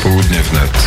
Popołudnie wnet.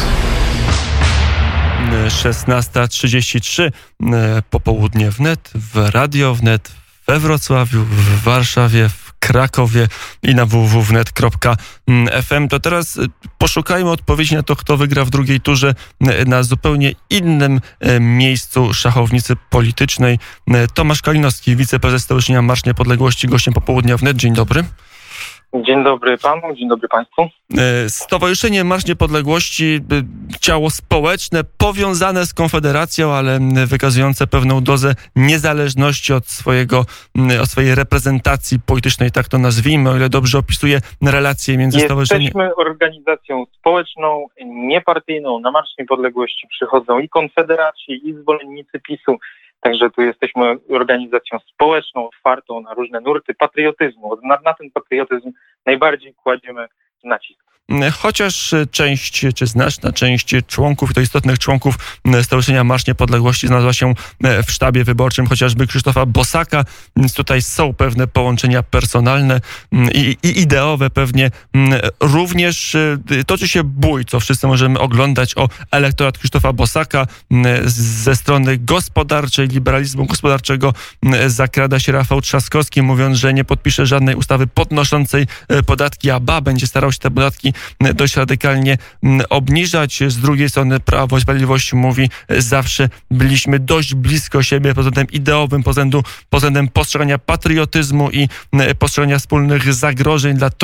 16:33, popołudnie wnet, w Radio Wnet, we Wrocławiu, w Warszawie, w Krakowie i na www.wnet.fm. To teraz poszukajmy odpowiedzi na to, kto wygra w drugiej turze na zupełnie innym miejscu szachownicy politycznej. Tomasz Kalinowski, wiceprezes Stowarzyszenia Marsz Niepodległości, gościem popołudnia wnet. Dzień dobry. Dzień dobry panu, dzień dobry państwu. Stowarzyszenie Marsz Niepodległości, ciało społeczne, powiązane z Konfederacją, ale wykazujące pewną dozę niezależności od swojej reprezentacji politycznej, tak to nazwijmy, o ile dobrze opisuje relacje między stowarzyszeniem. Jesteśmy organizacją społeczną, niepartyjną. Na Marsz Niepodległości przychodzą i konfederaci, i zwolennicy PiS-u. Także tu jesteśmy organizacją społeczną, otwartą na różne nurty patriotyzmu. Na ten patriotyzm najbardziej kładziemy nacisk. Chociaż część, czy znaczna część członków, i to istotnych członków Stowarzyszenia Marsz Niepodległości znalazła się w sztabie wyborczym, chociażby Krzysztofa Bosaka, więc tutaj są pewne połączenia personalne i ideowe pewnie. Również toczy się bój, co wszyscy możemy oglądać, o elektorat Krzysztofa Bosaka. Ze strony gospodarczej, liberalizmu gospodarczego zakrada się Rafał Trzaskowski, mówiąc, że nie podpisze żadnej ustawy podnoszącej podatki, a będzie starał się te podatki dość radykalnie obniżać. Z drugiej strony Prawo i Sprawiedliwość mówi, zawsze byliśmy dość blisko siebie pod względem ideowym, pod względem postrzegania patriotyzmu i postrzegania wspólnych zagrożeń dla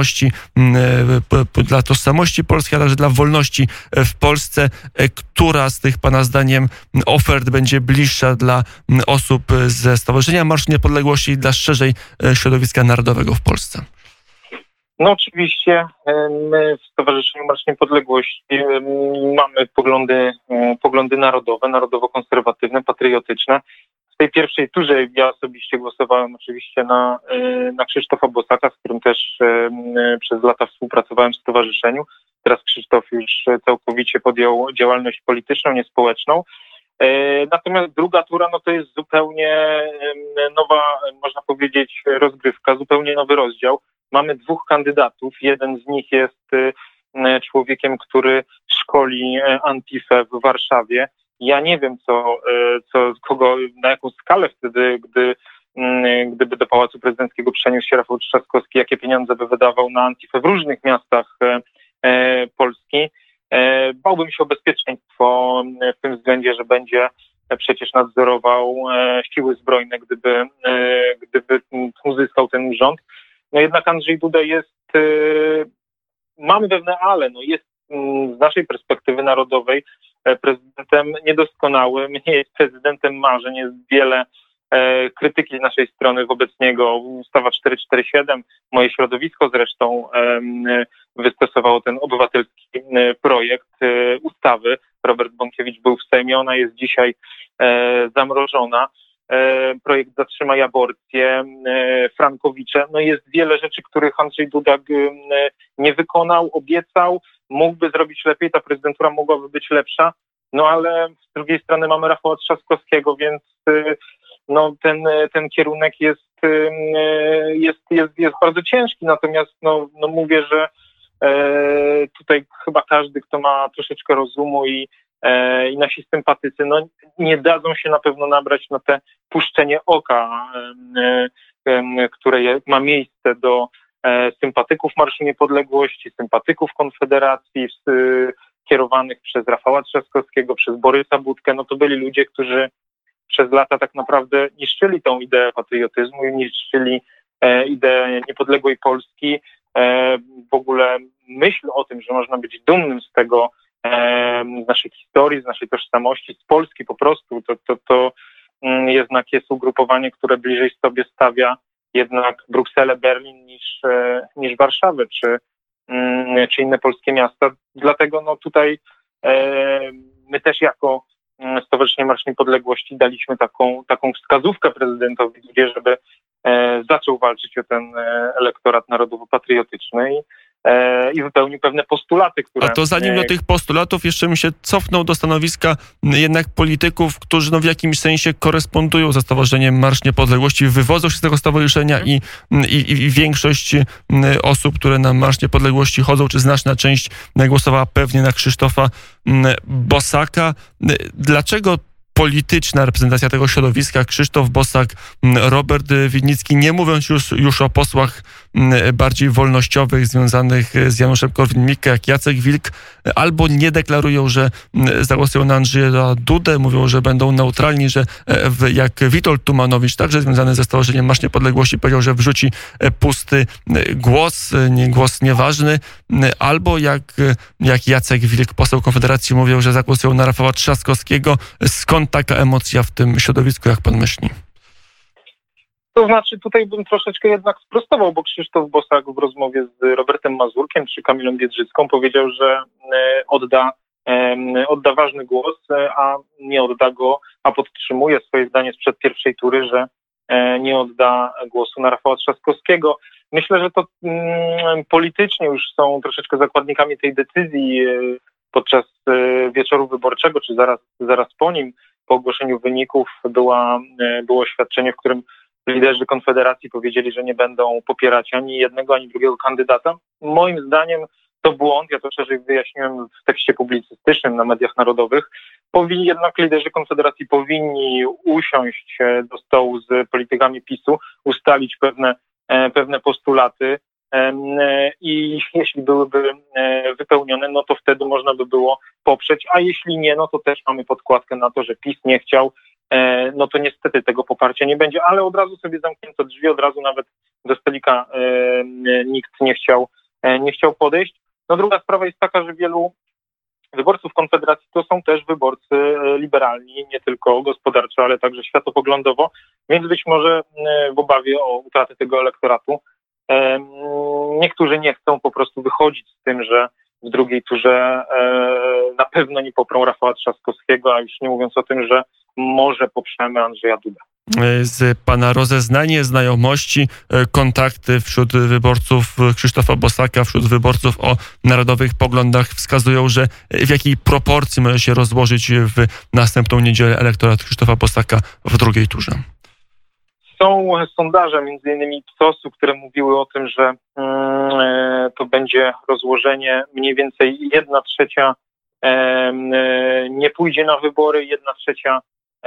tożsamości polskiej, a także dla wolności w Polsce. Która z tych pana zdaniem ofert będzie bliższa dla osób ze Stowarzyszenia Marsz Niepodległości i dla szerzej środowiska narodowego w Polsce? No oczywiście my w Stowarzyszeniu Marsz Niepodległości mamy poglądy narodowe, narodowo-konserwatywne, patriotyczne. W tej pierwszej turze ja osobiście głosowałem oczywiście na Krzysztofa Bosaka, z którym też przez lata współpracowałem w stowarzyszeniu. Teraz Krzysztof już całkowicie podjął działalność polityczną, niespołeczną. Natomiast druga tura, no to jest zupełnie nowa, można powiedzieć, rozgrywka, zupełnie nowy rozdział. Mamy dwóch kandydatów. Jeden z nich jest człowiekiem, który szkoli Antifę w Warszawie. Ja nie wiem, na jaką skalę wtedy, gdyby do Pałacu Prezydenckiego przeniósł się Rafał Trzaskowski, jakie pieniądze by wydawał na Antifę w różnych miastach Polski. Bałbym się o bezpieczeństwo w tym względzie, że będzie przecież nadzorował siły zbrojne, gdyby uzyskał ten urząd. No jednak Andrzej Duda mamy pewne ale, jest z naszej perspektywy narodowej prezydentem niedoskonałym, nie jest prezydentem marzeń, jest wiele krytyki z naszej strony wobec niego. Ustawa 447, moje środowisko zresztą wystosowało ten obywatelski projekt ustawy. Robert Bąkiewicz był w Sejmie, ona jest dzisiaj zamrożona. Projekt Zatrzymaj aborcję, frankowicze. Jest wiele rzeczy, których Andrzej Duda nie wykonał, obiecał, mógłby zrobić lepiej, ta prezydentura mogłaby być lepsza, ale z drugiej strony mamy Rafała Trzaskowskiego, więc ten kierunek jest bardzo ciężki, natomiast mówię, że tutaj chyba każdy, kto ma troszeczkę rozumu i nasi sympatycy, nie dadzą się na pewno nabrać na te puszczenie oka, które ma miejsce do sympatyków Marszu Niepodległości, sympatyków Konfederacji, kierowanych przez Rafała Trzaskowskiego, przez Borysa Budkę. To byli ludzie, którzy przez lata tak naprawdę niszczyli tą ideę patriotyzmu i niszczyli ideę niepodległej Polski. W ogóle myśl o tym, że można być dumnym z tego, z naszej historii, z naszej tożsamości, z Polski po prostu, to jednak jest ugrupowanie, które bliżej sobie stawia jednak Brukselę, Berlin niż Warszawę czy inne polskie miasta. Dlatego tutaj my też jako Stowarzyszenie Marsz Niepodległości daliśmy taką wskazówkę prezydentowi, żeby zaczął walczyć o ten elektorat narodowo-patriotyczny i wypełnił pewne postulaty, które... A to zanim do tych postulatów jeszcze bym się cofnął do stanowiska jednak polityków, którzy w jakimś sensie korespondują ze Stowarzyszeniem Marsz Niepodległości, wywodzą się z tego stowarzyszenia i większość osób, które na Marsz Niepodległości chodzą, czy znaczna część głosowała pewnie na Krzysztofa Bosaka. Dlaczego polityczna reprezentacja tego środowiska, Krzysztof Bosak, Robert Winnicki, nie mówiąc już o posłach bardziej wolnościowych związanych z Januszem Korwin-Mikke, jak Jacek Wilk, albo nie deklarują, że zagłosują na Andrzeja Dudę, mówią, że będą neutralni, że jak Witold Tumanowicz, także związany ze Stowarzyszeniem Marsz Niepodległości, powiedział, że wrzuci pusty głos nieważny, albo jak Jacek Wilk, poseł Konfederacji, mówił, że zagłosują na Rafała Trzaskowskiego. Skąd taka emocja w tym środowisku, jak pan myśli? To znaczy, tutaj bym troszeczkę jednak sprostował, bo Krzysztof Bosak w rozmowie z Robertem Mazurkiem czy Kamilą Biedrzycką powiedział, że odda ważny głos, a nie odda go, a podtrzymuje swoje zdanie sprzed pierwszej tury, że nie odda głosu na Rafała Trzaskowskiego. Myślę, że to politycznie już są troszeczkę zakładnikami tej decyzji podczas wieczoru wyborczego, czy zaraz po nim, po ogłoszeniu wyników było oświadczenie, w którym liderzy Konfederacji powiedzieli, że nie będą popierać ani jednego, ani drugiego kandydata. Moim zdaniem to błąd, ja to szerzej wyjaśniłem w tekście publicystycznym na mediach narodowych. Jednak liderzy Konfederacji powinni usiąść do stołu z politykami PiS-u, ustalić pewne postulaty i jeśli byłyby wypełnione, no to wtedy można by było poprzeć, a jeśli nie, no to też mamy podkładkę na to, że PiS nie chciał, no to niestety tego poparcia nie będzie, ale od razu sobie zamknięto drzwi, od razu nawet do stolika nikt nie chciał podejść. No druga sprawa jest taka, że wielu wyborców Konfederacji to są też wyborcy liberalni, nie tylko gospodarczo, ale także światopoglądowo, więc być może w obawie o utratę tego elektoratu niektórzy nie chcą po prostu wychodzić z tym, że w drugiej turze na pewno nie poprą Rafała Trzaskowskiego, a już nie mówiąc o tym, że może poprzemy Andrzeja Dudę. Z pana rozeznanie, znajomości, kontakty wśród wyborców Krzysztofa Bosaka, wśród wyborców o narodowych poglądach wskazują, że w jakiej proporcji może się rozłożyć w następną niedzielę elektorat Krzysztofa Bosaka w drugiej turze? Są sondaże, między innymi PSOS-u, które mówiły o tym, że to będzie rozłożenie mniej więcej 1/3 nie pójdzie na wybory, 1/3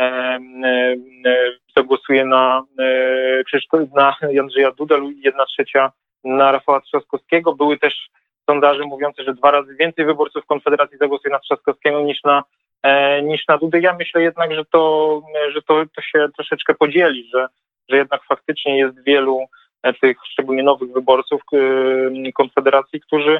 zagłosuje na Andrzeja Dudę, 1/3 na Rafała Trzaskowskiego. Były też sondaże mówiące, że 2 razy więcej wyborców Konfederacji zagłosuje na Trzaskowskiego niż na Dudę. Ja myślę jednak, że to się troszeczkę podzieli, że jednak faktycznie jest wielu tych szczególnie nowych wyborców Konfederacji,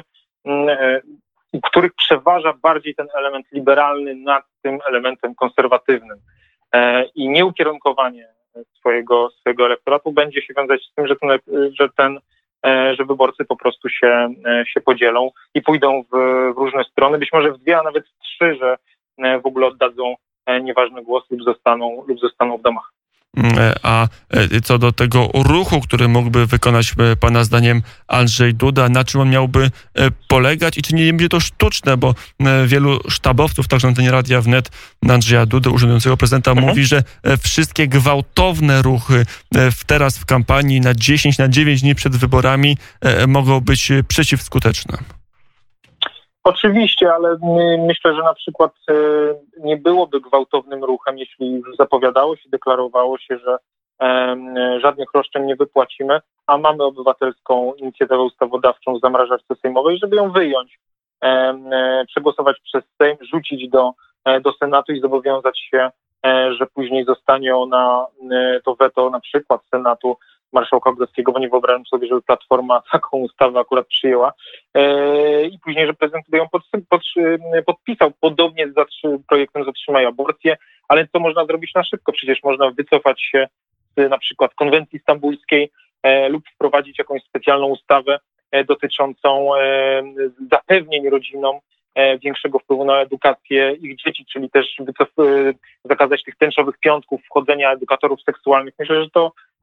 u których przeważa bardziej ten element liberalny nad tym elementem konserwatywnym. I nieukierunkowanie swojego elektoratu będzie się wiązać z tym, że wyborcy po prostu się podzielą i pójdą w różne strony, być może w 2, a nawet w 3, że w ogóle oddadzą nieważny głos lub zostaną w domach. A co do tego ruchu, który mógłby wykonać pana zdaniem Andrzej Duda, na czym on miałby polegać i czy nie będzie to sztuczne, bo wielu sztabowców, także na antenie Radia Wnet, Andrzeja Dudy, urzędującego prezydenta, mówi, że wszystkie gwałtowne ruchy teraz w kampanii na 10, na 9 dni przed wyborami mogą być przeciwskuteczne. Oczywiście, ale myślę, że na przykład nie byłoby gwałtownym ruchem, jeśli już zapowiadało się, deklarowało się, że żadnych roszczeń nie wypłacimy, a mamy obywatelską inicjatywę ustawodawczą w zamrażarce sejmowej, żeby ją wyjąć, przegłosować przez Sejm, rzucić do Senatu i zobowiązać się, że później zostanie ona, to weto na przykład Senatu, marszałka Grodeckiego, bo nie wyobrażam sobie, żeby Platforma taką ustawę akurat przyjęła i później, że prezydent ją podpisał. Podobnie z projektem Zatrzymaj aborcję, ale to można zrobić na szybko. Przecież można wycofać się z na przykład konwencji stambulskiej lub wprowadzić jakąś specjalną ustawę dotyczącą zapewnień rodzinom większego wpływu na edukację ich dzieci, czyli też zakazać tych tęczowych piątków, wchodzenia edukatorów seksualnych. Myślę, że to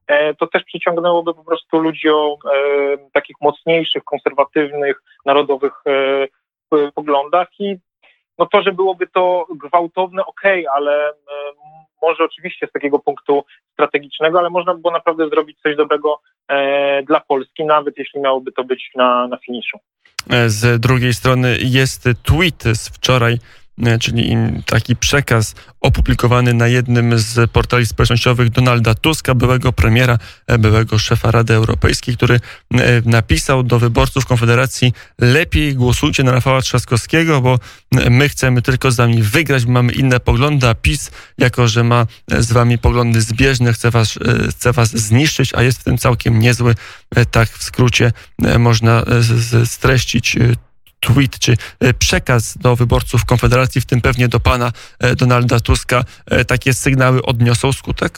to też przyciągnęłoby po prostu ludzi o takich mocniejszych, konserwatywnych, narodowych poglądach i no to, że byłoby to gwałtowne, ale może oczywiście z takiego punktu strategicznego, ale można by było naprawdę zrobić coś dobrego dla Polski, nawet jeśli miałoby to być na finiszu. Z drugiej strony jest tweet z wczoraj, czyli taki przekaz opublikowany na jednym z portali społecznościowych Donalda Tuska, byłego premiera, byłego szefa Rady Europejskiej, który napisał do wyborców Konfederacji: lepiej głosujcie na Rafała Trzaskowskiego, bo my chcemy tylko z wami wygrać, bo mamy inne poglądy, a PiS, jako że ma z wami poglądy zbieżne, chce was zniszczyć, a jest w tym całkiem niezły. Tak w skrócie można streścić tweet czy przekaz do wyborców Konfederacji, w tym pewnie do pana Donalda Tuska. Takie sygnały odniosą skutek?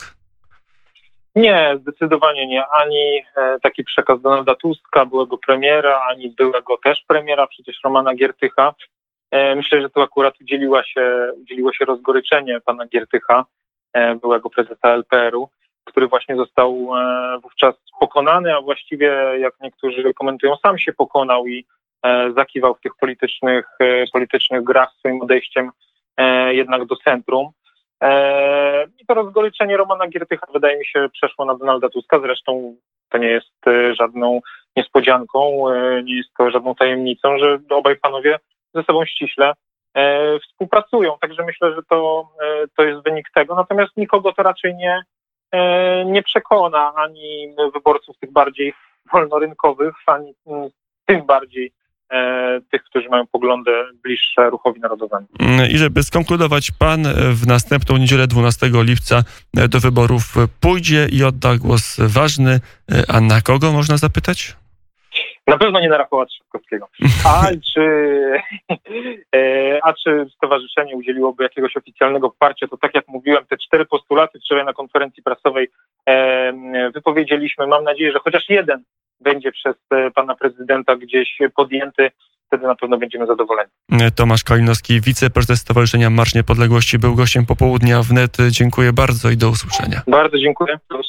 Nie, zdecydowanie nie. Ani taki przekaz Donalda Tuska, byłego premiera, ani byłego też premiera, przecież Romana Giertycha. Myślę, że tu akurat udzieliło się rozgoryczenie pana Giertycha, byłego prezesa LPR-u, który właśnie został wówczas pokonany, a właściwie, jak niektórzy komentują, sam się pokonał i zakiwał w tych politycznych grach swoim odejściem jednak do centrum. I to rozgoryczenie Romana Giertycha, wydaje mi się, przeszło na Donalda Tuska. Zresztą to nie jest żadną niespodzianką, nie jest to żadną tajemnicą, że obaj panowie ze sobą ściśle współpracują. Także myślę, że to jest wynik tego. Natomiast nikogo to raczej nie przekona, ani wyborców tych bardziej wolnorynkowych, ani tym bardziej tych, którzy mają poglądy bliższe ruchowi narodowemu. I żeby skonkludować, pan w następną niedzielę 12 lipca do wyborów pójdzie i odda głos ważny. A na kogo, można zapytać? Na pewno nie na Rafała Trzaskowskiego. A czy stowarzyszenie udzieliłoby jakiegoś oficjalnego wsparcia, to tak jak mówiłem, te 4 postulaty wczoraj na konferencji prasowej wypowiedzieliśmy. Mam nadzieję, że chociaż jeden będzie przez pana prezydenta gdzieś podjęty, wtedy na pewno będziemy zadowoleni. Tomasz Kalinowski, wiceprezes Stowarzyszenia Marsz Niepodległości, był gościem popołudnia wnet. Dziękuję bardzo i do usłyszenia. Bardzo dziękuję.